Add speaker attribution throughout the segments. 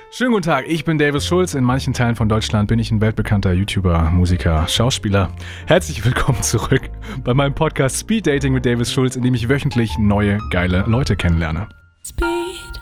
Speaker 1: Schönen guten Tag, ich bin Davis Schulz. In manchen Teilen von Deutschland bin ich ein weltbekannter YouTuber, Musiker, Schauspieler. Herzlich willkommen zurück bei meinem Podcast Speed Dating mit Davis Schulz, in dem ich wöchentlich neue, geile Leute kennenlerne.
Speaker 2: Speed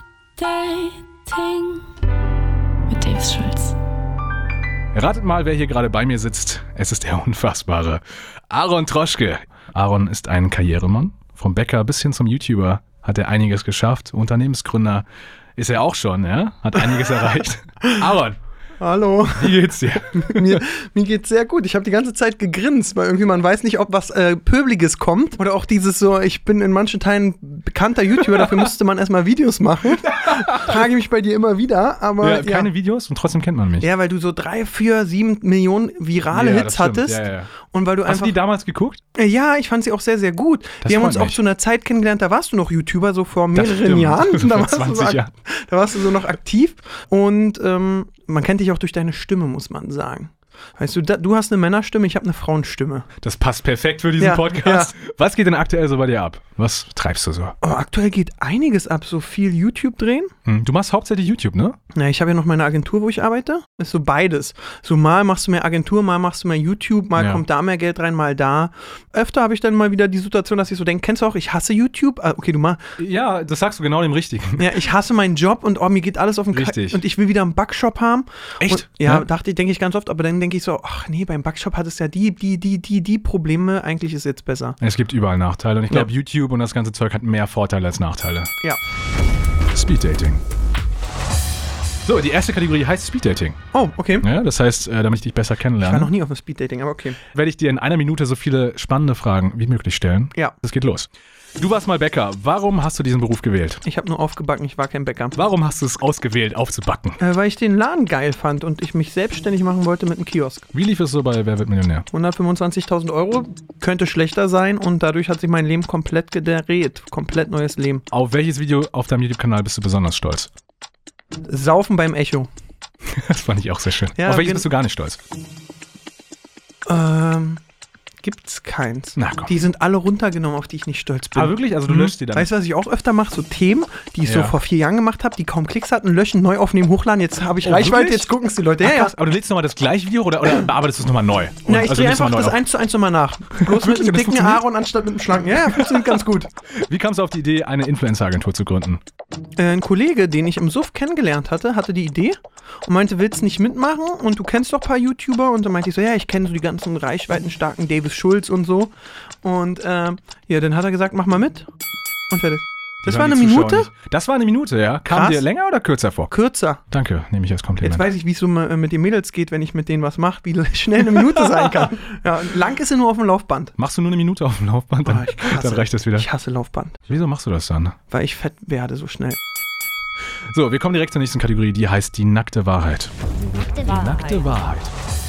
Speaker 2: Dating mit Davis Schulz.
Speaker 1: Ratet mal, wer hier gerade bei mir sitzt. Es ist der unfassbare Aaron Troschke. Aaron ist ein Karrieremann. Vom Bäcker bis hin zum YouTuber hat er einiges geschafft. Unternehmensgründer ist er auch schon, ja? Hat einiges erreicht. Aaron,
Speaker 3: hallo.
Speaker 1: wie geht's dir?
Speaker 3: Mir geht's sehr gut. Ich habe die ganze Zeit gegrinst, weil irgendwie man weiß nicht, ob was Pöbliges kommt. Oder auch dieses so, ich bin in manchen Teilen bekannter YouTuber, dafür müsste man erstmal Videos machen. Frage mich bei dir immer wieder, aber
Speaker 1: ja, keine Videos und trotzdem kennt man mich.
Speaker 3: Ja, weil du so 3, 4, 7 Millionen virale Hits hattest.
Speaker 1: Ja.
Speaker 3: Und weil du
Speaker 1: Hast du die damals geguckt?
Speaker 3: Ja, ich fand sie auch sehr, sehr gut. Wir haben uns auch zu einer Zeit kennengelernt, da warst du noch YouTuber, so vor mehreren Jahren.
Speaker 1: Vor 20 Jahren.
Speaker 3: Da warst du so noch aktiv. Und man kennt dich auch durch deine Stimme, muss man sagen. Weißt du, du hast eine Männerstimme, ich habe eine Frauenstimme.
Speaker 1: Das passt perfekt für diesen Podcast. Ja. Was geht denn aktuell so bei dir ab? Was treibst du so?
Speaker 3: Oh, aktuell geht einiges ab, so viel YouTube drehen.
Speaker 1: Du machst hauptsächlich YouTube, ne?
Speaker 3: Ja, ich habe ja noch meine Agentur, wo ich arbeite. Ist so beides. So mal machst du mehr Agentur, mal machst du mehr YouTube, mal kommt da mehr Geld rein, mal da. Öfter habe ich dann mal wieder die Situation, dass ich so denke, kennst du auch, ich hasse YouTube? Okay, du mal.
Speaker 1: Ja, das sagst du genau dem Richtigen.
Speaker 3: Ja, ich hasse meinen Job und mir geht alles auf den
Speaker 1: Richtig.
Speaker 3: Und ich will wieder einen Backshop haben.
Speaker 1: Echt?
Speaker 3: Und, ja, denke ich ganz oft, aber dann denke ich so, ach nee, beim Backshop hat es ja die Probleme, eigentlich ist es jetzt besser.
Speaker 1: Es gibt überall Nachteile und ich glaube, YouTube und das ganze Zeug hat mehr Vorteile als Nachteile.
Speaker 3: Ja.
Speaker 1: Speed Dating. So, die erste Kategorie heißt Speed Dating.
Speaker 3: Oh, okay.
Speaker 1: Ja, das heißt, damit ich dich besser kennenlerne.
Speaker 3: Ich war noch nie auf einem Speed Dating, aber okay.
Speaker 1: Werde ich dir in einer Minute so viele spannende Fragen wie möglich stellen.
Speaker 3: Ja.
Speaker 1: Das geht los. Du warst mal Bäcker. Warum hast du diesen Beruf gewählt?
Speaker 3: Ich habe nur aufgebacken, ich war kein Bäcker.
Speaker 1: Warum hast du es ausgewählt, aufzubacken?
Speaker 3: Weil ich den Laden geil fand und ich mich selbstständig machen wollte mit einem Kiosk.
Speaker 1: Wie lief es so bei Wer wird Millionär?
Speaker 3: 125.000 Euro, könnte schlechter sein und dadurch hat sich mein Leben komplett gedreht. Komplett neues Leben.
Speaker 1: Auf welches Video auf deinem YouTube-Kanal bist du besonders stolz?
Speaker 3: Saufen beim Echo.
Speaker 1: Das fand ich auch sehr schön.
Speaker 3: Ja,
Speaker 1: auf welches bist du gar nicht stolz?
Speaker 3: Gibt's keins.
Speaker 1: Na komm.
Speaker 3: Die sind alle runtergenommen, auf die ich nicht stolz bin.
Speaker 1: Ah, wirklich? Also du löschst die dann?
Speaker 3: Weißt du, was ich auch öfter mache? So Themen, die ich so vor 4 Jahren gemacht habe, die kaum Klicks hatten, löschen, neu aufnehmen, hochladen. Jetzt habe ich Reichweite,
Speaker 1: wirklich?
Speaker 3: jetzt gucken es die Leute.
Speaker 1: Ja.
Speaker 3: Ja.
Speaker 1: Aber du lädst nochmal das gleiche Video oder bearbeitest du es nochmal neu?
Speaker 3: Ja, ich drehe einfach das
Speaker 1: neu
Speaker 3: 1:1 nochmal nach. Bloß mit einem dicken Aaron anstatt mit einem schlanken. Ja, funktioniert ganz gut.
Speaker 1: Wie kamst du auf die Idee, eine Influencer-Agentur zu gründen?
Speaker 3: Ein Kollege, den ich im Suff kennengelernt hatte die Idee und meinte, willst nicht mitmachen? Und du kennst doch ein paar YouTuber? Und dann meinte ich so, ja, ich kenne so die ganzen reichweitenstarken Davis Schulz und so. Und dann hat er gesagt, mach mal mit. Und fertig. Das war eine Minute?
Speaker 1: Das war eine Minute, ja. Kam dir länger oder kürzer vor?
Speaker 3: Kürzer.
Speaker 1: Danke, nehme ich als Kompliment.
Speaker 3: Jetzt weiß ich, wie es so mit den Mädels geht, wenn ich mit denen was mache, wie schnell eine Minute sein kann. Ja, lang ist sie nur auf dem Laufband.
Speaker 1: Machst du nur eine Minute auf dem Laufband, dann reicht das wieder.
Speaker 3: Ich hasse Laufband.
Speaker 1: Wieso machst du das dann?
Speaker 3: Weil ich fett werde so schnell.
Speaker 1: So, wir kommen direkt zur nächsten Kategorie, die heißt die nackte Wahrheit. Die nackte Wahrheit.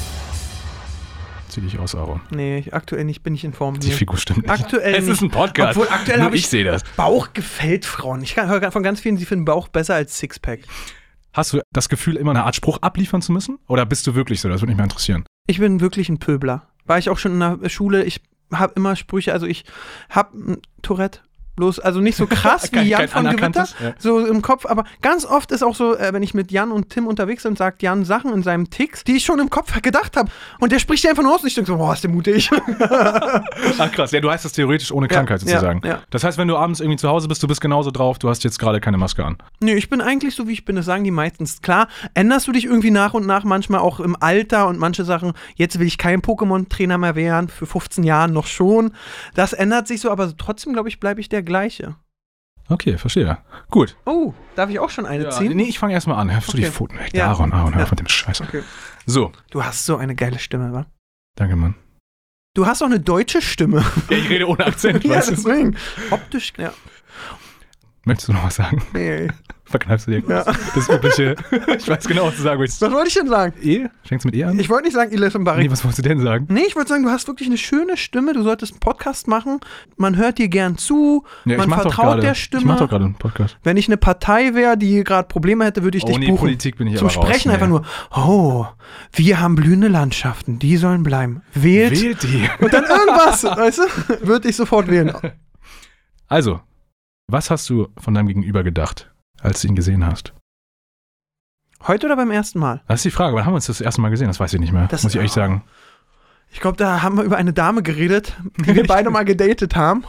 Speaker 1: Zieh dich aus, Aaron.
Speaker 3: Nee, aktuell nicht, bin ich in Form.
Speaker 1: Die Figur stimmt nicht.
Speaker 3: Aktuell
Speaker 1: es ist ein Podcast.
Speaker 3: Obwohl aktuell habe
Speaker 1: ich sehe das.
Speaker 3: Bauch gefällt Frauen. Ich höre von ganz vielen, sie finden Bauch besser als Sixpack.
Speaker 1: Hast du das Gefühl, immer eine Art Spruch abliefern zu müssen? Oder bist du wirklich so? Das würde mich mal interessieren.
Speaker 3: Ich bin wirklich ein Pöbler. War ich auch schon in der Schule. Ich habe immer Sprüche, also ich habe ein Tourette. Bloß, also nicht so krass wie Jan von Gewitter, so im Kopf, aber ganz oft ist auch so, wenn ich mit Jan und Tim unterwegs bin, sagt Jan Sachen in seinem Text, die ich schon im Kopf gedacht habe. Und der spricht dir einfach nur aus und ich denke so, boah, ist der mutig.
Speaker 1: Ach krass, ja, du heißt das theoretisch ohne Krankheit sozusagen.
Speaker 3: Ja.
Speaker 1: Das heißt, wenn du abends irgendwie zu Hause bist, du bist genauso drauf, du hast jetzt gerade keine Maske an.
Speaker 3: Nö, ich bin eigentlich so, wie ich bin, das sagen die meistens. Klar, änderst du dich irgendwie nach und nach, manchmal auch im Alter und manche Sachen, jetzt will ich kein Pokémon-Trainer mehr werden, für 15 Jahren noch schon. Das ändert sich so, aber trotzdem, glaube ich, bleibe ich der gleiche.
Speaker 1: Okay, verstehe. Gut.
Speaker 3: Oh, darf ich auch schon eine ziehen?
Speaker 1: Nee, ich fange erstmal an. Hörst du die Pfoten weg? Ja. Aaron, hör auf mit dem Scheiß.
Speaker 3: Okay.
Speaker 1: So.
Speaker 3: Du hast so eine geile Stimme, wa?
Speaker 1: Danke, Mann.
Speaker 3: Du hast auch eine deutsche Stimme.
Speaker 1: Ja, ich rede ohne Akzent,
Speaker 3: ja,
Speaker 1: weißt du?
Speaker 3: Deswegen. Optisch, ja.
Speaker 1: Möchtest du noch was sagen?
Speaker 3: Nee.
Speaker 1: Verkneifst du dir?
Speaker 3: Ja.
Speaker 1: Das übliche. Ich weiß genau, was du sagen willst.
Speaker 3: Was wollte ich denn sagen?
Speaker 1: Ehe? Fängst du mit Ehe an?
Speaker 3: Ich wollte nicht sagen, Iles und Barry.
Speaker 1: Nee, was wolltest du denn sagen?
Speaker 3: Nee, ich wollte sagen, du hast wirklich eine schöne Stimme. Du solltest einen Podcast machen. Man hört dir gern zu.
Speaker 1: Ja,
Speaker 3: man vertraut der Stimme.
Speaker 1: Ich mach doch gerade einen Podcast.
Speaker 3: Wenn ich eine Partei wäre, die gerade Probleme hätte, würde ich dich buchen.
Speaker 1: Politik bin ich
Speaker 3: Zum
Speaker 1: aber raus.
Speaker 3: Sprechen einfach nur, wir haben blühende Landschaften, die sollen bleiben. Wählt
Speaker 1: die.
Speaker 3: Und dann irgendwas, weißt du? Würde ich sofort wählen.
Speaker 1: Also, was hast du von deinem Gegenüber gedacht, als du ihn gesehen hast?
Speaker 3: Heute oder beim ersten Mal?
Speaker 1: Das ist die Frage. Wann haben wir uns das erste Mal gesehen? Das weiß ich nicht mehr. Muss ich ehrlich sagen.
Speaker 3: Ich glaube, da haben wir über eine Dame geredet, die wir beide mal gedatet haben.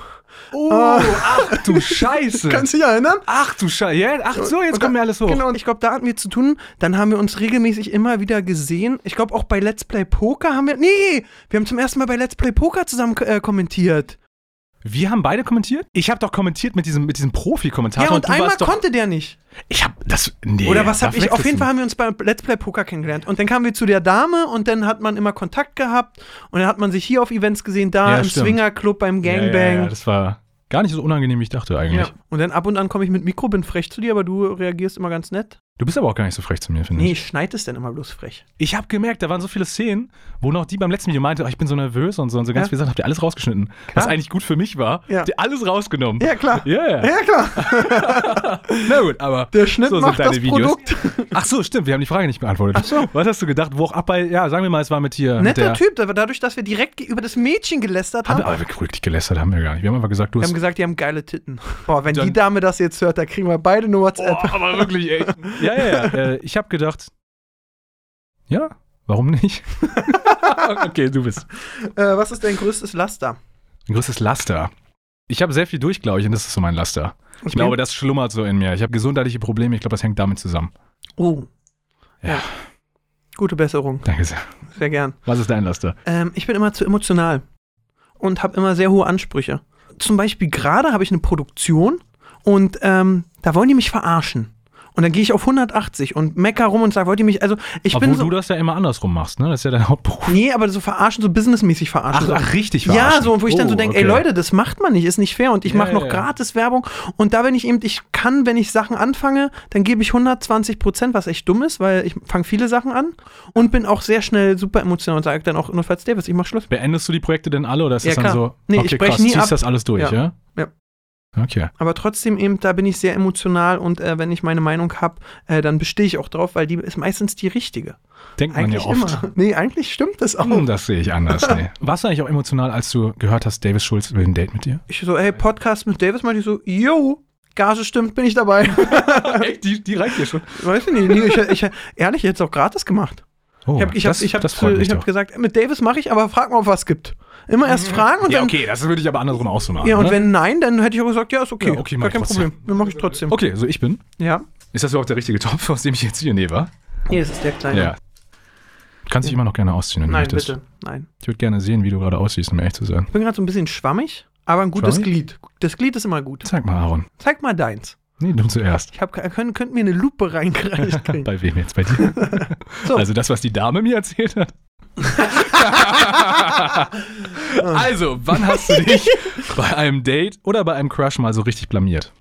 Speaker 1: Ach du Scheiße.
Speaker 3: Kannst du dich erinnern?
Speaker 1: Ach du Scheiße. Ja, ach so, jetzt kommt mir alles hoch.
Speaker 3: Genau, und ich glaube, da hatten wir zu tun. Dann haben wir uns regelmäßig immer wieder gesehen. Ich glaube, auch bei Let's Play Poker haben wir... Nee, wir haben zum ersten Mal bei Let's Play Poker zusammen kommentiert.
Speaker 1: Wir haben beide kommentiert? Ich habe doch kommentiert mit diesem Profi-Kommentator.
Speaker 3: Ja, und einmal konnte der nicht.
Speaker 1: Ich habe das... Nee.
Speaker 3: Oder was habe ich... Auf jeden Fall haben wir uns bei Let's Play Poker kennengelernt. Und dann kamen wir zu der Dame und dann hat man immer Kontakt gehabt. Und dann hat man sich hier auf Events gesehen, da im Swingerclub, beim Gangbang.
Speaker 1: Ja, das war gar nicht so unangenehm, wie ich dachte eigentlich.
Speaker 3: Ja. Und dann ab und an komme ich mit Mikro, bin frech zu dir, aber du reagierst immer ganz nett.
Speaker 1: Du bist aber auch gar nicht so frech zu mir, finde ich.
Speaker 3: Nee, ich schneide es dann immer bloß frech.
Speaker 1: Ich habe gemerkt, da waren so viele Szenen, wo noch die beim letzten Video meinte, ich bin so nervös und so ganz viele Sachen. Habt ihr alles rausgeschnitten? Klar. Was eigentlich gut für mich war. Ja. Habt ihr alles rausgenommen?
Speaker 3: Ja, klar.
Speaker 1: Yeah.
Speaker 3: Ja, klar.
Speaker 1: Na gut, aber
Speaker 3: der Schnitt so macht das Produkt.
Speaker 1: Ach so, stimmt, wir haben die Frage nicht beantwortet.
Speaker 3: Ach so.
Speaker 1: Was hast du gedacht? sagen wir mal, es war mit hier.
Speaker 3: Netter Typ, dadurch, dass wir direkt über das Mädchen gelästert haben.
Speaker 1: Aber wirklich gelästert haben wir gar nicht. Wir haben einfach gesagt,
Speaker 3: wir haben gesagt, die haben geile Titten. Boah, wenn die Dame das jetzt hört, da kriegen wir beide eine WhatsApp.
Speaker 1: Boah, aber wirklich, ey. Ja. Ich habe gedacht, ja, warum nicht? Okay, du bist.
Speaker 3: Was ist dein größtes Laster?
Speaker 1: Ein größtes Laster? Ich habe sehr viel durch, glaube ich, und das ist so mein Laster. Okay. Ich glaube, das schlummert so in mir. Ich habe gesundheitliche Probleme, ich glaube, das hängt damit zusammen.
Speaker 3: Oh. Ja. Gute Besserung.
Speaker 1: Danke sehr.
Speaker 3: Sehr gern.
Speaker 1: Was ist dein Laster?
Speaker 3: Ich bin immer zu emotional und habe immer sehr hohe Ansprüche. Zum Beispiel gerade habe ich eine Produktion und da wollen die mich verarschen. Und dann gehe ich auf 180 und mecker rum und sage, wollt ihr mich, also ich
Speaker 1: Obwohl
Speaker 3: bin so...
Speaker 1: du das ja immer andersrum machst, ne? Das ist ja dein Hauptberuf.
Speaker 3: Nee, aber so verarschen, so businessmäßig verarschen.
Speaker 1: Ach, richtig verarschen.
Speaker 3: Ja, so, wo ich dann so denke, ey Leute, das macht man nicht, ist nicht fair und ich mache noch gratis Werbung und da bin ich eben, wenn ich Sachen anfange, dann gebe ich 120%, was echt dumm ist, weil ich fange viele Sachen an und bin auch sehr schnell super emotional und sage dann auch nur, falls Davis, ich mach Schluss.
Speaker 1: Beendest du die Projekte denn alle oder ist das dann so,
Speaker 3: nee, ich breche nie ab.
Speaker 1: Ziehst das alles durch, ja?
Speaker 3: Ja.
Speaker 1: Okay.
Speaker 3: Aber trotzdem eben, da bin ich sehr emotional und wenn ich meine Meinung habe, dann bestehe ich auch drauf, weil die ist meistens die richtige.
Speaker 1: Denkt man ja oft.
Speaker 3: Immer. Nee, eigentlich stimmt das auch.
Speaker 1: Das sehe ich anders. Nee. Warst du eigentlich auch emotional, als du gehört hast, Davis Schulz will ein Date mit dir?
Speaker 3: Ich so, hey, Podcast mit Davis, meinte ich so, yo, Gage stimmt, bin ich dabei.
Speaker 1: Echt? Die reicht dir schon?
Speaker 3: Weiß ich nicht. Ich ehrlich, ich hätte es auch gratis gemacht.
Speaker 1: Oh,
Speaker 3: ich hab gesagt, mit Davis mache ich, aber frag mal, ob was gibt. Immer erst fragen und dann...
Speaker 1: Ja, okay, das würde ich aber andersrum auch so machen.
Speaker 3: Ja, und wenn nein, dann hätte ich auch gesagt, ja, ist okay.
Speaker 1: Ja, okay,
Speaker 3: gar kein Problem. Dann mache ich trotzdem.
Speaker 1: Okay, so ich bin.
Speaker 3: Ja.
Speaker 1: Ist das überhaupt der richtige Topf, aus dem ich jetzt hier nehme?
Speaker 3: Nee, es ist der kleine.
Speaker 1: Ja. Du kannst dich immer noch gerne ausziehen, wenn du möchtest.
Speaker 3: Nein, bitte. Nein.
Speaker 1: Ich würde gerne sehen, wie du gerade aussiehst, um ehrlich zu sein.
Speaker 3: Ich bin gerade so ein bisschen schwammig, aber ein gutes Glied. Das Glied ist immer gut.
Speaker 1: Zeig mal, Aaron.
Speaker 3: Zeig mal deins.
Speaker 1: Nee, du zuerst.
Speaker 3: Ich könnte mir eine Lupe reingereicht kriegen.
Speaker 1: Bei wem jetzt? Bei dir? So. Also das, was die Dame mir erzählt hat? Also, wann hast du dich bei einem Date oder bei einem Crush mal so richtig blamiert?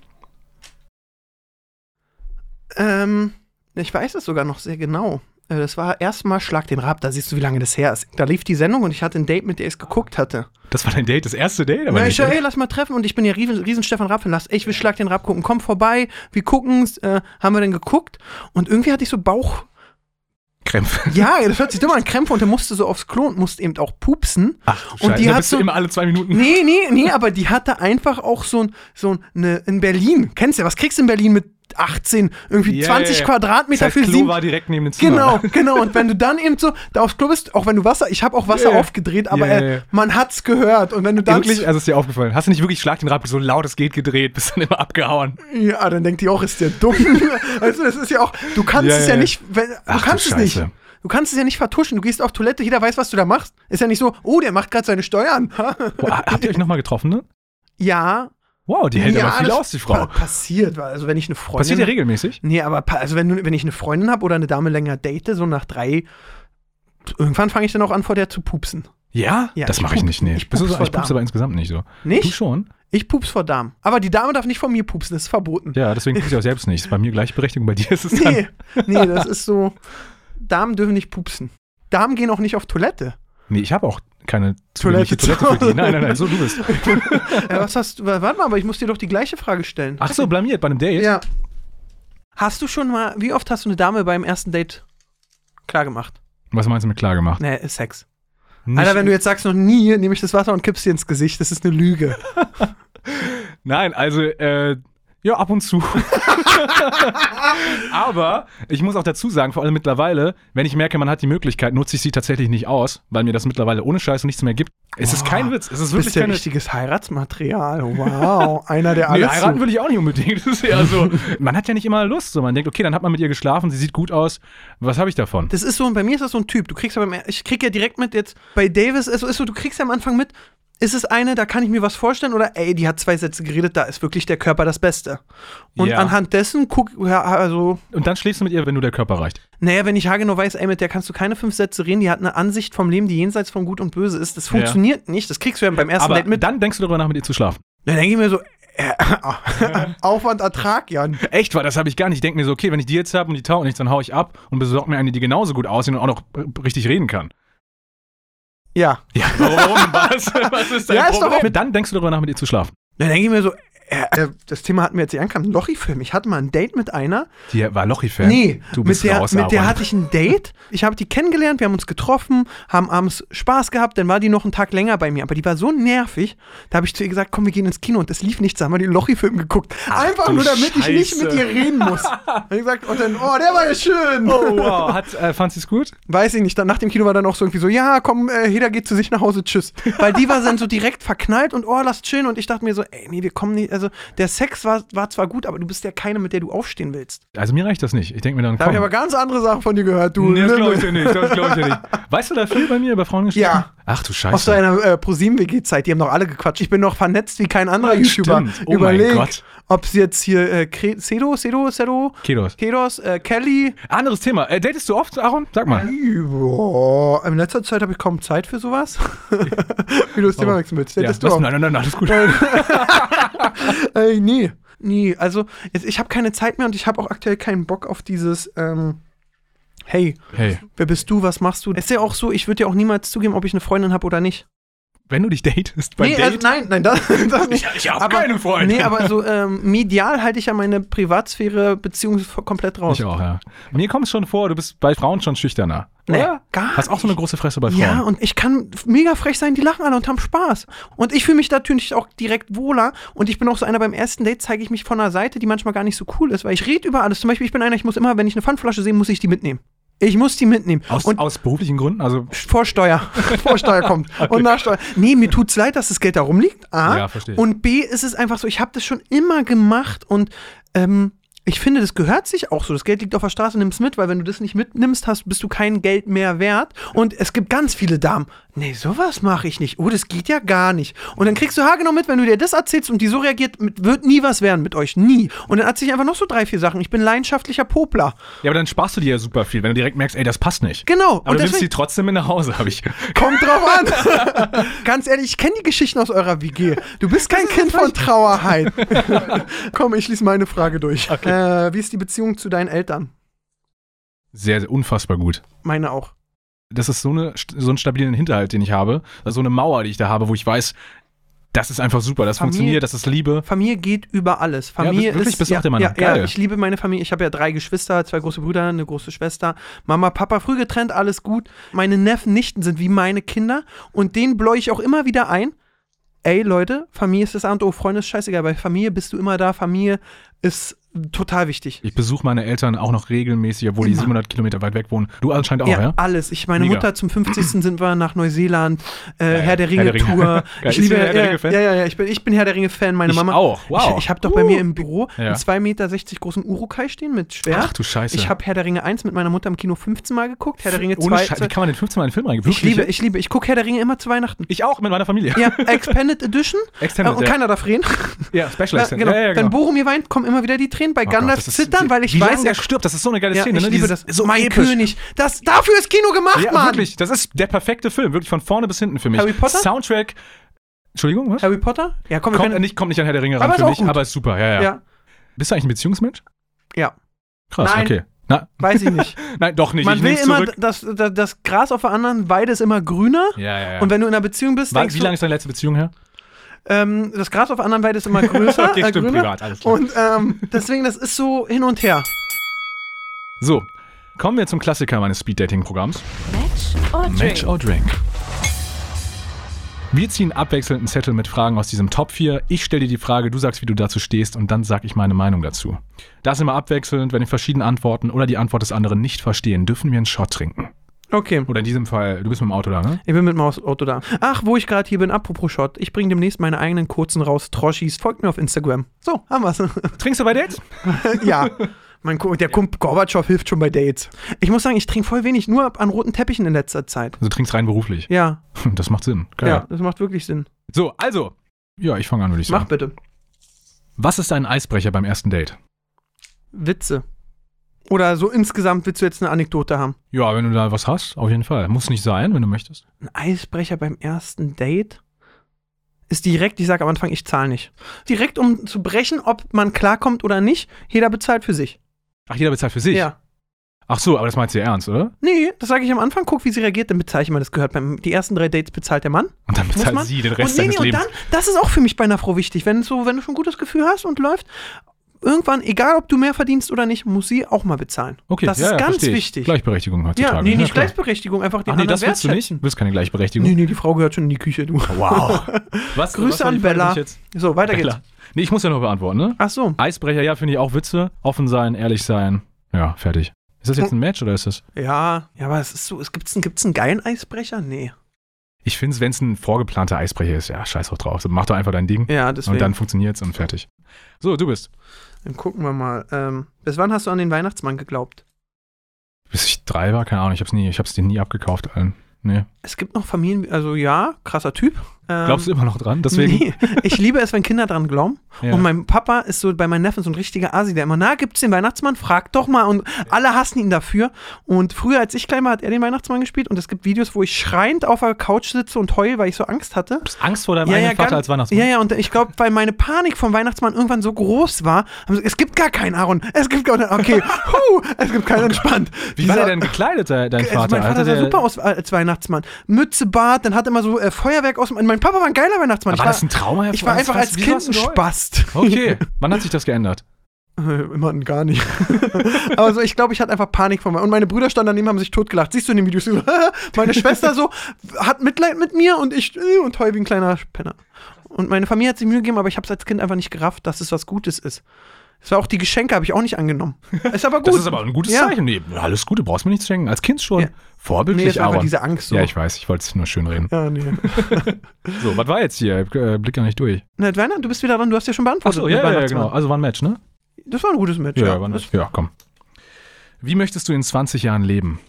Speaker 3: Ich weiß es sogar noch sehr genau. Das war erstmal Schlag den Rab, da siehst du, wie lange das her ist. Da lief die Sendung und ich hatte ein Date, mit der ich es geguckt hatte.
Speaker 1: Das war dein Date, das erste Date? Aber
Speaker 3: ich so, ey, lass mal treffen und ich bin ja riesen Stefan Raab-Fan. Ich will Schlag den Rab gucken, komm vorbei, wir gucken's. Haben wir dann geguckt und irgendwie hatte ich so
Speaker 1: Bauchkrämpfe.
Speaker 3: Ja, das hört sich dumm an, Krämpfe und der musste so aufs Klo und musste eben auch pupsen.
Speaker 1: Ach,
Speaker 3: und die
Speaker 1: da
Speaker 3: hat
Speaker 1: bist
Speaker 3: so,
Speaker 1: du immer alle 2 Minuten.
Speaker 3: Nee, aber die hatte einfach auch in Berlin. Kennst du ja, was kriegst du in Berlin mit 18, irgendwie 20 Quadratmeter
Speaker 1: das heißt,
Speaker 3: für
Speaker 1: Klo war direkt neben dem Zimmer.
Speaker 3: Genau. Und wenn du dann eben so da aufs Klo bist, auch wenn du ich habe auch Wasser aufgedreht, aber man hat's gehört. Und wenn du dann...
Speaker 1: Wirklich? Also ist dir aufgefallen. Hast du nicht wirklich Schlag den Rab so laut es geht gedreht, bist dann immer abgehauen?
Speaker 3: Ja, dann denkt die auch, ist der dumm. Also das ist ja auch, du kannst es ja nicht, du kannst es nicht. Du kannst es ja nicht vertuschen. Du gehst auf Toilette, jeder weiß, was du da machst. Ist ja nicht so, oh, der macht gerade seine Steuern.
Speaker 1: Boah, habt ihr euch nochmal getroffen, ne?
Speaker 3: Ja.
Speaker 1: Wow, die hält aber viel aus, die Frau.
Speaker 3: Passiert, also wenn ich eine Freundin...
Speaker 1: Passiert ja regelmäßig?
Speaker 3: Nee, aber also wenn ich eine Freundin habe oder eine Dame länger date, so nach 3, irgendwann fange ich dann auch an, vor der zu pupsen.
Speaker 1: Ja? Das mache ich nicht, nee. Ich pupse aber insgesamt nicht so.
Speaker 3: Nicht?
Speaker 1: Du schon?
Speaker 3: Ich pups vor Damen. Aber die Dame darf nicht von mir pupsen, das ist verboten.
Speaker 1: Ja, deswegen pupse ich auch selbst nicht. Das ist bei mir Gleichberechtigung, bei dir ist es dann...
Speaker 3: Nee, das ist so... Damen dürfen nicht pupsen. Damen gehen auch nicht auf Toilette.
Speaker 1: Nee, ich habe auch keine Toilette für die. Nein, so du bist.
Speaker 3: Ja, was hast du? Warte mal, aber ich muss dir doch die gleiche Frage stellen.
Speaker 1: Ach so, blamiert bei einem Date?
Speaker 3: Ja. Hast du schon mal, wie oft hast du eine Dame beim ersten Date klargemacht?
Speaker 1: Was meinst du mit klargemacht?
Speaker 3: Nee, Sex. Alter, wenn du jetzt sagst, noch nie, nehme ich das Wasser und kippst dir ins Gesicht, das ist eine Lüge.
Speaker 1: Nein, also, Ja, ab und zu. Aber ich muss auch dazu sagen, vor allem mittlerweile, wenn ich merke, man hat die Möglichkeit, nutze ich sie tatsächlich nicht aus, weil mir das mittlerweile ohne Scheiß nichts mehr gibt. Es ist kein Witz. Es ist wirklich
Speaker 3: kein richtiges Heiratsmaterial. Wow. Einer, der alles
Speaker 1: heiraten will ich auch nicht unbedingt. Das ist eher so. Man hat ja nicht immer Lust. So. Man denkt, okay, dann hat man mit ihr geschlafen, sie sieht gut aus. Was habe ich davon?
Speaker 3: Das ist so, bei mir ist das so ein Typ. Du kriegst ich krieg ja direkt mit jetzt, bei Davis ist so, du kriegst ja am Anfang mit, ist es eine, da kann ich mir was vorstellen, oder ey, die hat 2 Sätze geredet, da ist wirklich der Körper das Beste. Und anhand dessen also.
Speaker 1: Und dann schläfst du mit ihr, wenn du der Körper reicht.
Speaker 3: Naja, wenn ich haargenau weiß, ey, mit der kannst du keine 5 Sätze reden, die hat eine Ansicht vom Leben, die jenseits von Gut und Böse ist. Das funktioniert nicht, das kriegst du ja beim ersten Date mit.
Speaker 1: Dann denkst du darüber nach, mit ihr zu schlafen.
Speaker 3: Dann denke ich mir so, Aufwand, Ertrag, Jan.
Speaker 1: Echt, weil das habe ich gar nicht. Ich denke mir so, okay, wenn ich die jetzt habe und die taugt nichts, dann hau ich ab und besorge mir eine, die genauso gut aussieht und auch noch richtig reden kann.
Speaker 3: Ja.
Speaker 1: Warum? Was ist dein Problem? Dann denkst du darüber nach, mit ihr zu schlafen.
Speaker 3: Dann denke ich mir so, das Thema hatten wir jetzt nicht angekommen. Ein Lochi-Film. Ich hatte mal ein Date mit einer.
Speaker 1: Die war Lochi-Fan?
Speaker 3: Nee,
Speaker 1: du bist
Speaker 3: mit der hatte ich ein Date. Ich habe die kennengelernt, wir haben uns getroffen, haben abends Spaß gehabt, dann war die noch einen Tag länger bei mir. Aber die war so nervig, da habe ich zu ihr gesagt, komm, wir gehen ins Kino. Und das lief nichts, da haben wir den Lochi-Film geguckt. Einfach nur, damit ich nicht mit ihr reden muss. Und ich gesagt, und dann, oh, der war ja schön.
Speaker 1: Oh, wow. Fand sie es gut?
Speaker 3: Weiß ich nicht. Dann, nach dem Kino war dann auch so irgendwie so, ja, komm, jeder geht zu sich nach Hause, tschüss. Weil die war dann so direkt verknallt und oh, lass chillen. Und ich dachte mir so, ey, nee, wir kommen nicht, also der Sex war zwar gut, aber du bist ja keine, mit der du aufstehen willst.
Speaker 1: Also mir reicht das nicht. Ich denke mir dann, komm.
Speaker 3: Da habe ich aber ganz andere Sachen von dir gehört, du.
Speaker 1: Nee, das glaube ich dir nicht. Weißt du da viel bei mir über Frauengeschichten?
Speaker 3: Ja.
Speaker 1: Ach du Scheiße.
Speaker 3: Aus deiner ProSieben-WG-Zeit, die haben doch alle gequatscht. Ich bin noch vernetzt wie kein anderer YouTuber.
Speaker 1: Oh mein Gott.
Speaker 3: Ob es jetzt hier Kedos, Kelly.
Speaker 1: Anderes Thema. Datest du oft, Aaron? Sag mal.
Speaker 3: Boah, in letzter Zeit habe ich kaum Zeit für sowas. Wie du das Thema wechseln willst. Datest du oft?
Speaker 1: Nein, alles gut.
Speaker 3: Nee, also ich habe keine Zeit mehr und ich habe auch aktuell keinen Bock auf dieses hey, wer bist du, was machst du? Es ist ja auch so, ich würde ja auch niemals zugeben, ob ich eine Freundin habe oder nicht.
Speaker 1: Wenn du dich datest beim Date?
Speaker 3: Nein, das nicht.
Speaker 1: Ich habe keine Freundin.
Speaker 3: Nee, aber so medial halte ich ja meine Privatsphäre Beziehung komplett raus.
Speaker 1: Ich auch, ja. Mir kommt es schon vor, du bist bei Frauen schon schüchterner.
Speaker 3: Nee, gar nicht.
Speaker 1: Hast auch so eine große Fresse bei Frauen.
Speaker 3: Ja, und ich kann mega frech sein, die lachen alle und haben Spaß. Und ich fühle mich natürlich auch direkt wohler. Und ich bin auch so einer, beim ersten Date zeige ich mich von einer Seite, die manchmal gar nicht so cool ist, weil ich rede über alles. Zum Beispiel, ich bin einer, ich muss immer, wenn ich eine Pfandflasche sehe, muss ich die mitnehmen. Ich muss die mitnehmen.
Speaker 1: Aus beruflichen Gründen? Also
Speaker 3: Vorsteuer kommt. Okay. Und Nachsteuer. Nee, mir tut's leid, dass das Geld da rumliegt. A.
Speaker 1: Ja, verstehe.
Speaker 3: Und B, ist es einfach so, ich habe das schon immer gemacht und ich finde, das gehört sich auch so. Das Geld liegt auf der Straße, nimm's mit, weil wenn du das nicht mitnimmst, bist du kein Geld mehr wert. Und es gibt ganz viele Damen. Nee, sowas mache ich nicht. Oh, das geht ja gar nicht. Und dann kriegst du haargenau mit, wenn du dir das erzählst und die so reagiert, wird nie was werden mit euch. Nie. Und dann erzähl ich einfach noch so 3, 4 Sachen. Ich bin leidenschaftlicher Popler.
Speaker 1: Ja, aber dann sparst du dir ja super viel, wenn du direkt merkst, ey, das passt nicht.
Speaker 3: Genau.
Speaker 1: Aber du nimmst sie trotzdem mit nach Hause, habe ich.
Speaker 3: Kommt drauf an. Ganz ehrlich, ich kenne die Geschichten aus eurer WG. Du bist kein Kind von Trauerheit. Komm, ich schließe meine Frage durch. Okay. Wie ist die Beziehung zu deinen Eltern?
Speaker 1: Sehr, sehr unfassbar gut.
Speaker 3: Meine auch.
Speaker 1: Das ist so einen stabilen Hinterhalt, den ich habe. Das ist so eine Mauer, die ich da habe, wo ich weiß, das ist einfach super, das funktioniert, das ist Liebe.
Speaker 3: Familie geht über alles. Familie
Speaker 1: wirklich, bist du auch der Mann.
Speaker 3: Ja, ich liebe meine Familie. Ich habe ja 3 Geschwister, 2 große Brüder, eine große Schwester. Mama, Papa, früh getrennt, alles gut. Meine Neffen, Nichten sind wie meine Kinder und denen bläue ich auch immer wieder ein. Ey, Leute, Familie ist das A und O, Freunde ist scheißegal. Bei Familie bist du immer da, Familie ist total wichtig.
Speaker 1: Ich besuche meine Eltern auch noch regelmäßig, obwohl die 700 Kilometer weit weg wohnen. Du anscheinend auch, ja?
Speaker 3: Ja, alles. Meine Mutter zum 50. sind wir nach Neuseeland, Herr der Ringe-Tour. Ich liebe Herr der Ringe-Fan. Ja, ich bin Herr der Ringe-Fan. Meine Mama
Speaker 1: auch, wow.
Speaker 3: Ich habe doch bei mir im Büro einen 2,60 Meter großen Urukai stehen mit Schwert.
Speaker 1: Ach du Scheiße.
Speaker 3: Ich habe Herr der Ringe 1 mit meiner Mutter im Kino 15 Mal geguckt. Herr der Ringe 2.
Speaker 1: Wie kann man denn 15 Mal in den Film reingehen?
Speaker 3: Ich liebe. Ich gucke Herr der Ringe immer zu Weihnachten.
Speaker 1: Ich auch, mit meiner Familie.
Speaker 3: Ja, Expanded Edition. Und keiner darf reden.
Speaker 1: Ja, Special Extended.
Speaker 3: Genau. Wenn Boromir weint, kommen immer wieder die Tränen. Bei Gandalf zittern, weil ich weiß,
Speaker 1: er stirbt. Das ist so eine geile Szene.
Speaker 3: Ich liebe das.
Speaker 1: So
Speaker 3: mein
Speaker 1: episch.
Speaker 3: König. Dafür ist Kino gemacht,
Speaker 1: ja,
Speaker 3: Mann.
Speaker 1: Wirklich. Das ist der perfekte Film. Wirklich von vorne bis hinten für mich.
Speaker 3: Harry Potter?
Speaker 1: Soundtrack. Entschuldigung, was?
Speaker 3: Harry Potter? Ja, kommt
Speaker 1: nicht an Herr der Ringe ran für mich, aber ist super. Ja. Bist du eigentlich ein Beziehungsmensch?
Speaker 3: Ja.
Speaker 1: Krass,
Speaker 3: Nein.
Speaker 1: Okay.
Speaker 3: Weiß ich nicht.
Speaker 1: Nein, doch nicht.
Speaker 3: Man will immer, das Gras auf der anderen Weide ist immer grüner.
Speaker 1: Ja.
Speaker 3: Und wenn du in einer Beziehung bist,
Speaker 1: denkst du... Wie lange ist deine letzte Beziehung her?
Speaker 3: Das Gras auf der anderen Weide ist immer größer.
Speaker 1: Okay, stimmt,
Speaker 3: grüner.
Speaker 1: Privat, alles klar.
Speaker 3: Und deswegen, das ist so hin und her.
Speaker 1: So, kommen wir zum Klassiker meines Speed-Dating-Programms.
Speaker 2: Match or Drink?
Speaker 1: Match or Drink. Wir ziehen abwechselnd einen Zettel mit Fragen aus diesem Top 4. Ich stelle dir die Frage, du sagst, wie du dazu stehst und dann sage ich meine Meinung dazu. Das immer abwechselnd, wenn wir verschiedene Antworten oder die Antwort des anderen nicht verstehen, dürfen wir einen Shot trinken.
Speaker 3: Okay.
Speaker 1: Oder in diesem Fall, du bist mit dem Auto da, ne?
Speaker 3: Ich bin mit dem Auto da. Ach, wo ich gerade hier bin, apropos Shot. Ich bringe demnächst meine eigenen kurzen raus. Troschis, folgt mir auf Instagram. So, haben wir's.
Speaker 1: Trinkst du bei Dates?
Speaker 3: Ja. Der Kumpel Gorbatschow hilft schon bei Dates. Ich muss sagen, ich trinke voll wenig, nur an roten Teppichen in letzter Zeit.
Speaker 1: Also du trinkst rein beruflich?
Speaker 3: Ja.
Speaker 1: Das macht Sinn. Geil.
Speaker 3: Ja, das macht wirklich Sinn.
Speaker 1: So, also. Ja, ich fange an, würde ich sagen.
Speaker 3: Mach bitte.
Speaker 1: Was ist ein Eisbrecher beim ersten Date?
Speaker 3: Witze. Oder so insgesamt willst du jetzt eine Anekdote haben?
Speaker 1: Ja, wenn du da was hast, auf jeden Fall. Muss nicht sein, wenn du möchtest.
Speaker 3: Ein Eisbrecher beim ersten Date ist direkt, ich sage am Anfang, ich zahle nicht. Direkt, um zu brechen, ob man klarkommt oder nicht, jeder bezahlt für sich.
Speaker 1: Ach, jeder bezahlt für sich?
Speaker 3: Ja.
Speaker 1: Ach so, aber das meinst du ja ernst, oder?
Speaker 3: Nee, das sage ich am Anfang, guck, wie sie reagiert, dann bezahle ich immer, das gehört die ersten 3 Dates bezahlt der Mann.
Speaker 1: Und dann bezahlt sie den Rest seines Lebens. Und dann,
Speaker 3: das ist auch für mich bei einer Frau wichtig, wenn du schon ein gutes Gefühl hast und läuft, irgendwann, egal ob du mehr verdienst oder nicht, muss sie auch mal bezahlen.
Speaker 1: Okay,
Speaker 3: das ist ganz wichtig.
Speaker 1: Gleichberechtigung heutzutage.
Speaker 3: Ja, nee, nicht Gleichberechtigung, einfach die anderen
Speaker 1: das willst du nicht? Du willst keine Gleichberechtigung?
Speaker 3: Nee, die Frau gehört schon in die Küche, du.
Speaker 1: Wow.
Speaker 3: Grüße an Bella. So, weiter geht's.
Speaker 1: Nee, ich muss ja noch beantworten, ne?
Speaker 3: Ach so.
Speaker 1: Eisbrecher, ja, finde ich auch Witze. Offen sein, ehrlich sein. Ja, fertig. Ist das jetzt ein Match oder ist das?
Speaker 3: Ja, aber es ist so, gibt's einen geilen Eisbrecher? Nee.
Speaker 1: Ich finde es, wenn es ein vorgeplanter Eisbrecher ist, ja, scheiß auch drauf. Mach doch einfach dein Ding.
Speaker 3: Ja, deswegen.
Speaker 1: Und dann funktioniert's und fertig. So, du bist.
Speaker 3: Dann gucken wir mal. Bis wann hast du an den Weihnachtsmann geglaubt?
Speaker 1: Bis ich 3 war, keine Ahnung, ich hab's dir nie abgekauft allen. Nee.
Speaker 3: Es gibt noch Familien, also ja, krasser Typ.
Speaker 1: Glaubst du immer noch dran? Deswegen?
Speaker 3: Nee, ich liebe es, wenn Kinder dran glauben. Ja. Und mein Papa ist so bei meinen Neffen so ein richtiger Asi, der immer, gibt's den Weihnachtsmann? Frag doch mal. Und alle hassen ihn dafür. Und früher, als ich klein war, hat er den Weihnachtsmann gespielt. Und es gibt Videos, wo ich schreiend auf der Couch sitze und heul, weil ich so Angst hatte.
Speaker 1: Du hast Angst vor deinem eigenen Vater als Weihnachtsmann?
Speaker 3: Ja, und ich glaube, weil meine Panik vom Weihnachtsmann irgendwann so groß war, haben sie, es gibt gar keinen Aaron. Es gibt gar keinen, okay, es gibt keinen entspannt.
Speaker 1: Wie war der denn gekleidet, dein Vater?
Speaker 3: Mein Vater sah super aus als Weihnachtsmann. Mütze, Bart, dann hat immer so Feuerwerk aus. Mein Papa war ein geiler Weihnachtsmann.
Speaker 1: Aber war das ein Trauma?
Speaker 3: Ich war einfach als Kind ein Spast.
Speaker 1: Okay, wann hat sich das geändert?
Speaker 3: Immer gar nicht. Aber so, ich glaube, ich hatte einfach Panik vor mir. Und meine Brüder standen daneben, haben sich totgelacht. Siehst du in den Videos? Meine Schwester so hat Mitleid mit mir und ich und heul wie ein kleiner Penner. Und meine Familie hat sich Mühe gegeben, aber ich habe es als Kind einfach nicht gerafft, dass es was Gutes ist. Das war auch die Geschenke, habe ich auch nicht angenommen. Ist aber gut.
Speaker 1: Das ist aber ein gutes Zeichen. Nee, alles Gute, brauchst mir nichts schenken. Als Kind schon. Ja. Vorbildlich,
Speaker 3: nee, das war einfach diese Angst so.
Speaker 1: Ja, ich weiß, ich wollte es nur schön reden.
Speaker 3: Ja, nee.
Speaker 1: So, was war jetzt hier? Blick ja nicht durch.
Speaker 3: Na, Werner, du bist wieder dran, du hast ja schon beantwortet.
Speaker 1: Ach so, ja, genau. Also war ein Match, ne?
Speaker 3: Das war ein gutes Match,
Speaker 1: ja. Ja, komm. Wie möchtest du in 20 Jahren leben?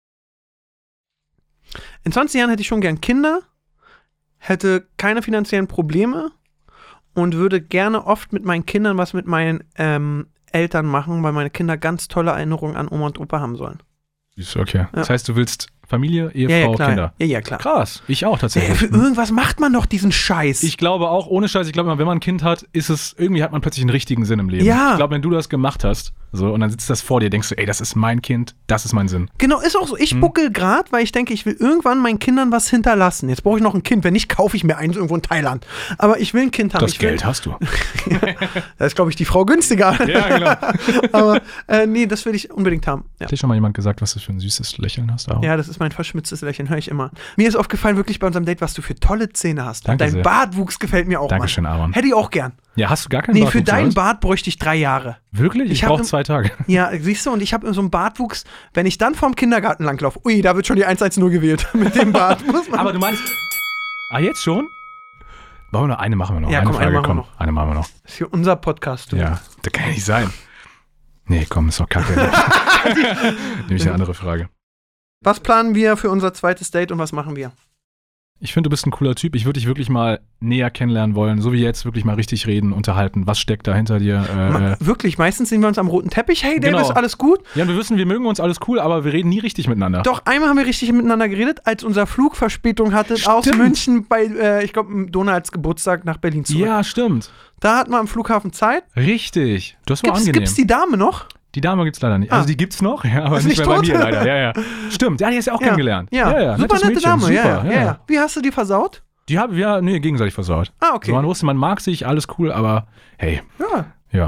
Speaker 3: In 20 Jahren hätte ich schon gern Kinder, hätte keine finanziellen Probleme und würde gerne oft mit meinen Kindern was mit meinen Eltern machen, weil meine Kinder ganz tolle Erinnerungen an Oma und Opa haben sollen.
Speaker 1: Okay. Ja. Das heißt, du willst Familie, Ehefrau, Kinder.
Speaker 3: Ja, klar.
Speaker 1: Krass. Ich auch tatsächlich.
Speaker 3: Für irgendwas macht man doch diesen Scheiß.
Speaker 1: Ich glaube auch, ohne Scheiß, ich glaube, wenn man ein Kind hat, irgendwie hat man plötzlich einen richtigen Sinn im Leben.
Speaker 3: Ja.
Speaker 1: Ich glaube, wenn du das gemacht hast, so, und dann sitzt das vor dir, denkst du, ey, das ist mein Kind, das ist mein Sinn.
Speaker 3: Genau, ist auch so. Ich buckel gerade, weil ich denke, ich will irgendwann meinen Kindern was hinterlassen. Jetzt brauche ich noch ein Kind. Wenn nicht, kaufe ich mir eins irgendwo in Thailand. Aber ich will ein Kind haben.
Speaker 1: Das Geld hast du.
Speaker 3: Da ist, glaube ich, die Frau günstiger.
Speaker 1: Ja, genau.
Speaker 3: Aber nee, das will ich unbedingt haben. Ja.
Speaker 1: Hat dir schon mal jemand gesagt, was du für ein süßes Lächeln hast? Auch?
Speaker 3: Ja, das ist mein verschmitztes Lächeln, höre ich immer. Mir ist aufgefallen, wirklich bei unserem Date, was du für tolle Zähne hast.
Speaker 1: Danke
Speaker 3: und dein
Speaker 1: sehr.
Speaker 3: Bartwuchs gefällt mir auch.
Speaker 1: Dankeschön, Aaron.
Speaker 3: Hätte ich auch gern.
Speaker 1: Ja, hast du gar keinen Bartwuchs?
Speaker 3: Nee, für deinen Bart bräuchte ich 3 Jahre.
Speaker 1: Wirklich? Ich brauche 2 Tage.
Speaker 3: Ja, siehst du, und ich habe so einen Bartwuchs, wenn ich dann vorm Kindergarten langlaufe, ui, da wird schon die 110 gewählt mit dem Bart.
Speaker 1: Aber du meinst, jetzt schon? Wollen wir noch eine machen wir noch?
Speaker 3: Ja, komm, eine machen wir noch. Das ist hier unser Podcast, du.
Speaker 1: Ja, das kann ja nicht sein. Nee, komm, ist doch kacke. Nehme ich eine andere Frage.
Speaker 3: Was planen wir für unser zweites Date und was machen wir?
Speaker 1: Ich finde, du bist ein cooler Typ. Ich würde dich wirklich mal näher kennenlernen wollen, so wie jetzt, wirklich mal richtig reden, unterhalten. Was steckt da hinter dir?
Speaker 3: Wirklich, meistens sehen wir uns am roten Teppich. Hey, Davis,
Speaker 1: genau.
Speaker 3: Alles gut?
Speaker 1: Ja, wir wissen, wir mögen uns, alles cool, aber wir reden nie richtig miteinander.
Speaker 3: Doch, einmal haben wir richtig miteinander geredet, als unser Flug Verspätung hatte aus München bei, ich glaube, Donalds Geburtstag nach Berlin zurück.
Speaker 1: Ja, stimmt.
Speaker 3: Da hatten wir am Flughafen Zeit.
Speaker 1: Richtig. Das war angenehm.
Speaker 3: Gibt's die Dame noch?
Speaker 1: Die Dame gibt's leider nicht. Also die gibt's noch, ja, aber nicht mehr
Speaker 3: tot?
Speaker 1: Bei mir leider. Ja. Stimmt, die hast du auch kennengelernt.
Speaker 3: Ja. Super nette Dame,
Speaker 1: super,
Speaker 3: ja. Wie hast du die versaut?
Speaker 1: Die haben wir gegenseitig versaut.
Speaker 3: Ah, okay.
Speaker 1: Also man wusste, man mag sich, alles cool, aber hey.
Speaker 3: Ja.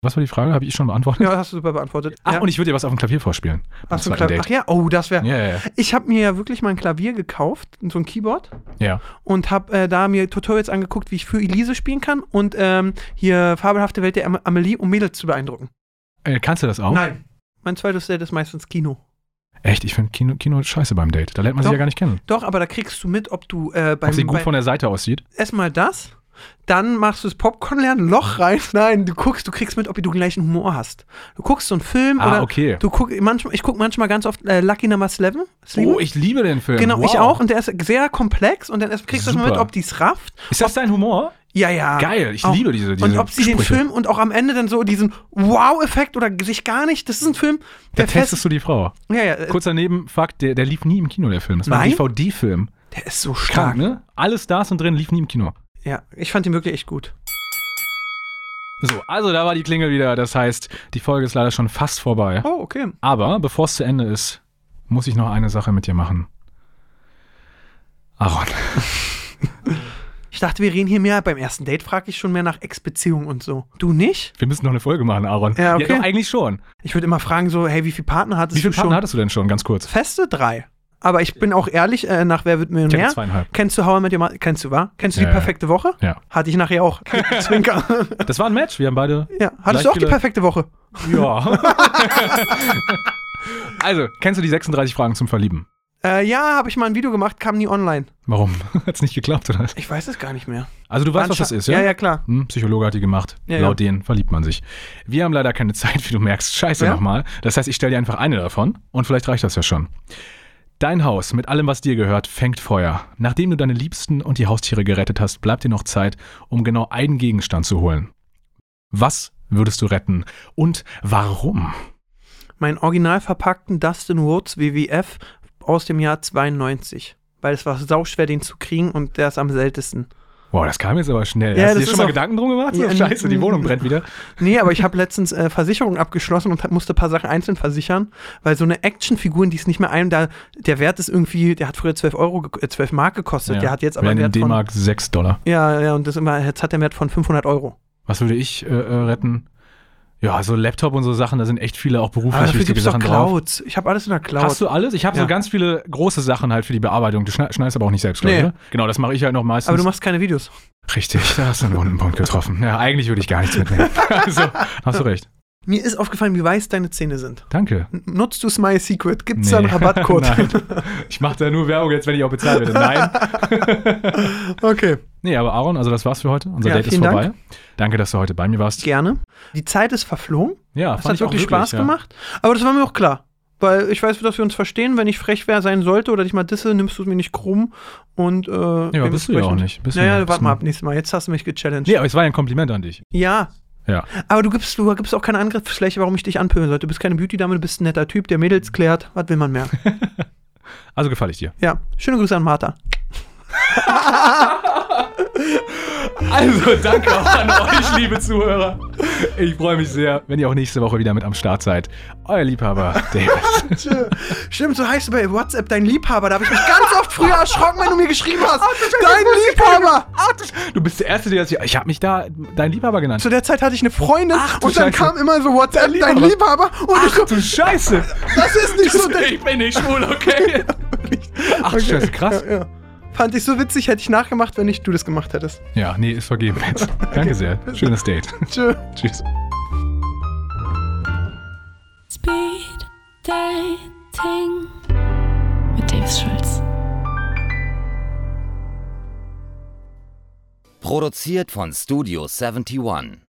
Speaker 1: Was war die Frage? Habe ich schon beantwortet?
Speaker 3: Ja, hast du super beantwortet.
Speaker 1: Ach,
Speaker 3: ja.
Speaker 1: und ich würde dir was auf dem Klavier vorspielen.
Speaker 3: Was für ein Klavier? Ach ja, das wäre...
Speaker 1: Ja.
Speaker 3: Ich habe mir ja wirklich mal ein Klavier gekauft, so ein Keyboard.
Speaker 1: Ja.
Speaker 3: Und habe da mir Tutorials angeguckt, wie ich für Elise spielen kann. Und hier Fabelhafte Welt der Amelie, um Mädels zu beeindrucken.
Speaker 1: Kannst du das auch?
Speaker 3: Nein. Mein zweites Date ist meistens Kino.
Speaker 1: Echt? Ich finde Kino scheiße beim Date. Da lernt man sich ja gar nicht kennen.
Speaker 3: Doch, aber da kriegst du mit, ob du
Speaker 1: ob sie gut von der Seite aussieht.
Speaker 3: Erstmal das. Dann machst du das Popcorn lernen, Loch rein. Nein, du kriegst mit, ob du den gleichen Humor hast. Du guckst so einen Film oder
Speaker 1: okay.
Speaker 3: Ich gucke manchmal ganz oft Lucky Number 11.
Speaker 1: Oh, ich liebe den Film.
Speaker 3: Genau,
Speaker 1: wow.
Speaker 3: Ich auch. Und der ist sehr komplex und dann kriegst du mal mit, ob die es rafft.
Speaker 1: Ist das dein Humor?
Speaker 3: Ja.
Speaker 1: Geil, ich liebe diese
Speaker 3: Und ob sie
Speaker 1: Sprüche.
Speaker 3: den Film und auch am Ende dann so diesen Wow-Effekt oder sich gar nicht, das ist ein Film,
Speaker 1: Da testest du die Frau.
Speaker 3: Ja.
Speaker 1: Kurzer Nebenfakt, der lief nie im Kino, der Film. Das war ein DVD-Film.
Speaker 3: Der ist so stark.
Speaker 1: Krank, ne? Alle Stars und drin, lief nie im Kino.
Speaker 3: Ja, ich fand ihn wirklich echt gut.
Speaker 1: So, also da war die Klingel wieder. Das heißt, die Folge ist leider schon fast vorbei.
Speaker 3: Oh, okay.
Speaker 1: Aber bevor es zu Ende ist, muss ich noch eine Sache mit dir machen. Aaron.
Speaker 3: Ich dachte, wir reden hier mehr. Beim ersten Date frage ich schon mehr nach Ex-Beziehung und so. Du nicht?
Speaker 1: Wir müssen noch eine Folge machen, Aaron.
Speaker 3: Ja, okay.
Speaker 1: Ja, doch, eigentlich schon.
Speaker 3: Ich würde immer fragen so, hey, wie viele Partner hattest du schon?
Speaker 1: Wie viele Partner hattest du denn schon, ganz kurz?
Speaker 3: Feste 3. Aber ich bin auch ehrlich, nach Wer wird Millionär?
Speaker 1: Ich hatte 2,5.
Speaker 3: Kennst du How I Met Your Mother? Kennst du, wa? Kennst du die perfekte Woche?
Speaker 1: Ja.
Speaker 3: Hatte ich nachher auch. Zwinker.
Speaker 1: Das war ein Match, wir haben beide...
Speaker 3: Ja. Hattest du auch die perfekte Woche?
Speaker 1: Ja. Also, kennst du die 36 Fragen zum Verlieben?
Speaker 3: Ja, habe ich mal ein Video gemacht, kam nie online.
Speaker 1: Warum? Hat's nicht geklappt, oder?
Speaker 3: Ich weiß es gar nicht mehr.
Speaker 1: Also du weißt, was das ist, ja?
Speaker 3: Ja, klar.
Speaker 1: Psychologe hat die gemacht.
Speaker 3: Ja,
Speaker 1: Laut denen verliebt man sich. Wir haben leider keine Zeit, wie du merkst. Scheiße nochmal. Das heißt, ich stelle dir einfach eine davon und vielleicht reicht das ja schon. Dein Haus mit allem, was dir gehört, fängt Feuer. Nachdem du deine Liebsten und die Haustiere gerettet hast, bleibt dir noch Zeit, um genau einen Gegenstand zu holen. Was würdest du retten und warum?
Speaker 3: Meinen original verpackten Dustin Woods WWF aus dem Jahr 92. Weil es war sauschwer, den zu kriegen und der ist am seltensten.
Speaker 1: Boah, das kam jetzt aber schnell.
Speaker 3: Ja,
Speaker 1: hast du dir schon mal Gedanken drum gemacht? So, scheiße, die Wohnung brennt wieder.
Speaker 3: Nee, aber ich habe letztens Versicherung abgeschlossen und musste ein paar Sachen einzeln versichern, weil so eine Actionfigur, die ist nicht mehr der Wert ist irgendwie, der hat früher 12 Mark gekostet, der hat jetzt aber einen Wert von...
Speaker 1: D-Mark $6.
Speaker 3: Ja, und jetzt hat der Wert von 500 €.
Speaker 1: Was würde ich retten? Ja, so Laptop und so Sachen, da sind echt viele auch beruflich wichtige Sachen drauf.
Speaker 3: Clouds. Ich habe alles in der Cloud.
Speaker 1: Hast du alles? Ich habe so ganz viele große Sachen halt für die Bearbeitung. Du schneidest aber auch nicht selbst, glaube ich, oder? Genau, das mache ich halt noch meistens.
Speaker 3: Aber du machst keine Videos.
Speaker 1: Richtig, da hast du einen wunden Punkt getroffen. Ja, eigentlich würde ich gar nichts mitnehmen. Also, hast du recht.
Speaker 3: Mir ist aufgefallen, wie weiß deine Zähne sind.
Speaker 1: Danke.
Speaker 3: Nutzt du Smile Secret? Gibt es da einen Rabattcode?
Speaker 1: Nein. Ich mache da nur Werbung jetzt, wenn ich auch bezahlt werde. Nein.
Speaker 3: Okay.
Speaker 1: Nee, aber Aaron, also das war's für heute. Unser Date ist vorbei. Danke, dass du heute bei mir warst.
Speaker 3: Gerne. Die Zeit ist verflogen.
Speaker 1: Ja,
Speaker 3: das hat wirklich Spaß gemacht. Aber das war mir auch klar. Weil ich weiß, dass wir uns verstehen. Wenn ich frech sein sollte oder dich mal disse, nimmst du es mir nicht krumm. Und,
Speaker 1: ja, bist du ja auch nicht.
Speaker 3: Naja, warte mal ab, nächstes Mal. Jetzt hast du mich gechallenged.
Speaker 1: Nee, aber es war ja ein Kompliment an dich.
Speaker 3: Ja.
Speaker 1: Ja.
Speaker 3: Aber du gibst auch keine Angriffsfläche, warum ich dich anpöbeln sollte. Du bist keine Beauty-Dame, du bist ein netter Typ, der Mädels klärt. Was will man mehr?
Speaker 1: Also gefalle ich dir.
Speaker 3: Ja. Schöne Grüße an Martha.
Speaker 1: Also, danke auch an euch, liebe Zuhörer. Ich freue mich sehr, wenn ihr auch nächste Woche wieder mit am Start seid. Euer Liebhaber, David.
Speaker 3: Stimmt, so heißt du bei WhatsApp dein Liebhaber. Da habe ich mich ganz oft früher erschrocken, wenn du mir geschrieben hast. Dein Liebhaber.
Speaker 1: Du bist der Erste, der das hier... Ich habe mich da dein Liebhaber genannt.
Speaker 3: Zu der Zeit hatte ich eine Freundin und dann
Speaker 1: Scheiße.
Speaker 3: kam immer so WhatsApp, dein Liebhaber. Und ich so,
Speaker 1: du Scheiße.
Speaker 3: Das ist nicht so...
Speaker 1: Ich bin nicht schwul, okay? Ach,
Speaker 3: Okay.
Speaker 1: Scheiße, krass.
Speaker 3: Ja. Fand ich so witzig, hätte ich nachgemacht, wenn nicht du das gemacht hättest.
Speaker 1: Ja, nee, ist vergeben jetzt. Danke sehr. Schönes Date.
Speaker 3: Tschö.
Speaker 1: Tschüss.
Speaker 2: Speed Dating mit David Schulz.
Speaker 4: Produziert von Studio 71.